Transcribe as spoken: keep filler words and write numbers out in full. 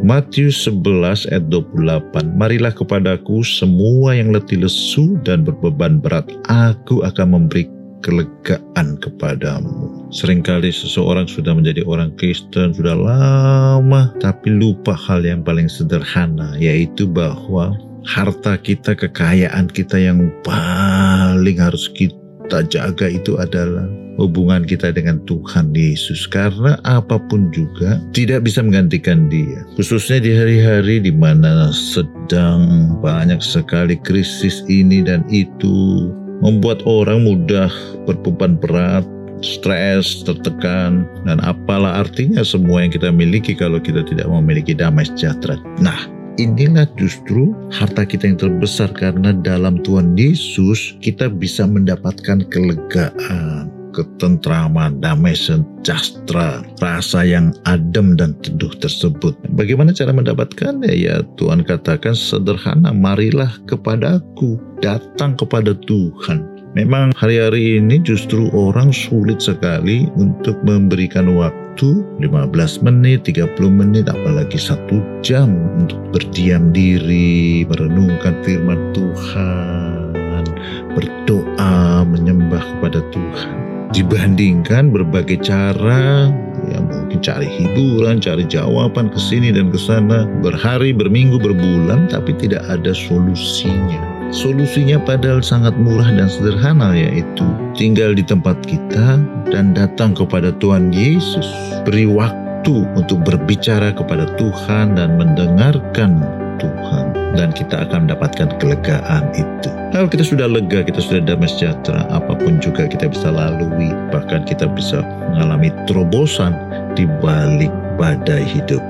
Matius sebelas ayat dua puluh delapan. Marilah kepadaku semua yang letih lesu dan berbeban berat, aku akan memberi kelegaan kepadamu. Seringkali seseorang sudah menjadi orang Kristen sudah lama, tapi lupa hal yang paling sederhana, yaitu bahwa harta kita, kekayaan kita yang paling harus kita jaga itu adalah hubungan kita dengan Tuhan Yesus. Karena apapun juga tidak bisa menggantikan Dia. Khususnya di hari-hari di mana sedang banyak sekali krisis ini dan itu, membuat orang mudah berbeban berat, stres, tertekan, dan apalah artinya semua yang kita miliki kalau kita tidak memiliki damai sejahtera. Nah, inilah justru harta kita yang terbesar, karena dalam Tuhan Yesus kita bisa mendapatkan kelegaan, ketentraman, damai sejahtera, rasa yang adem dan teduh tersebut. Bagaimana cara mendapatkannya? Ya, Tuhan katakan sederhana, marilah kepadaku, datang kepada Tuhan. Memang hari-hari ini justru orang sulit sekali untuk memberikan waktu lima belas menit, tiga puluh menit, apalagi satu jam untuk berdiam diri, merenungkan firman Tuhan, berdoa, menyembah kepada Tuhan. Dibandingkan berbagai cara, ya mungkin cari hiburan, cari jawaban ke sini dan ke sana, berhari, berminggu, berbulan, tapi tidak ada solusinya. Solusinya padahal sangat murah dan sederhana, yaitu tinggal di tempat kita dan datang kepada Tuhan Yesus. Beri waktu untuk berbicara kepada Tuhan dan mendengarkan Tuhan, dan kita akan mendapatkan kelegaan itu. Kalau kita sudah lega, kita sudah damai sejahtera, apapun juga kita bisa lalui, bahkan kita bisa mengalami terobosan di balik badai hidup.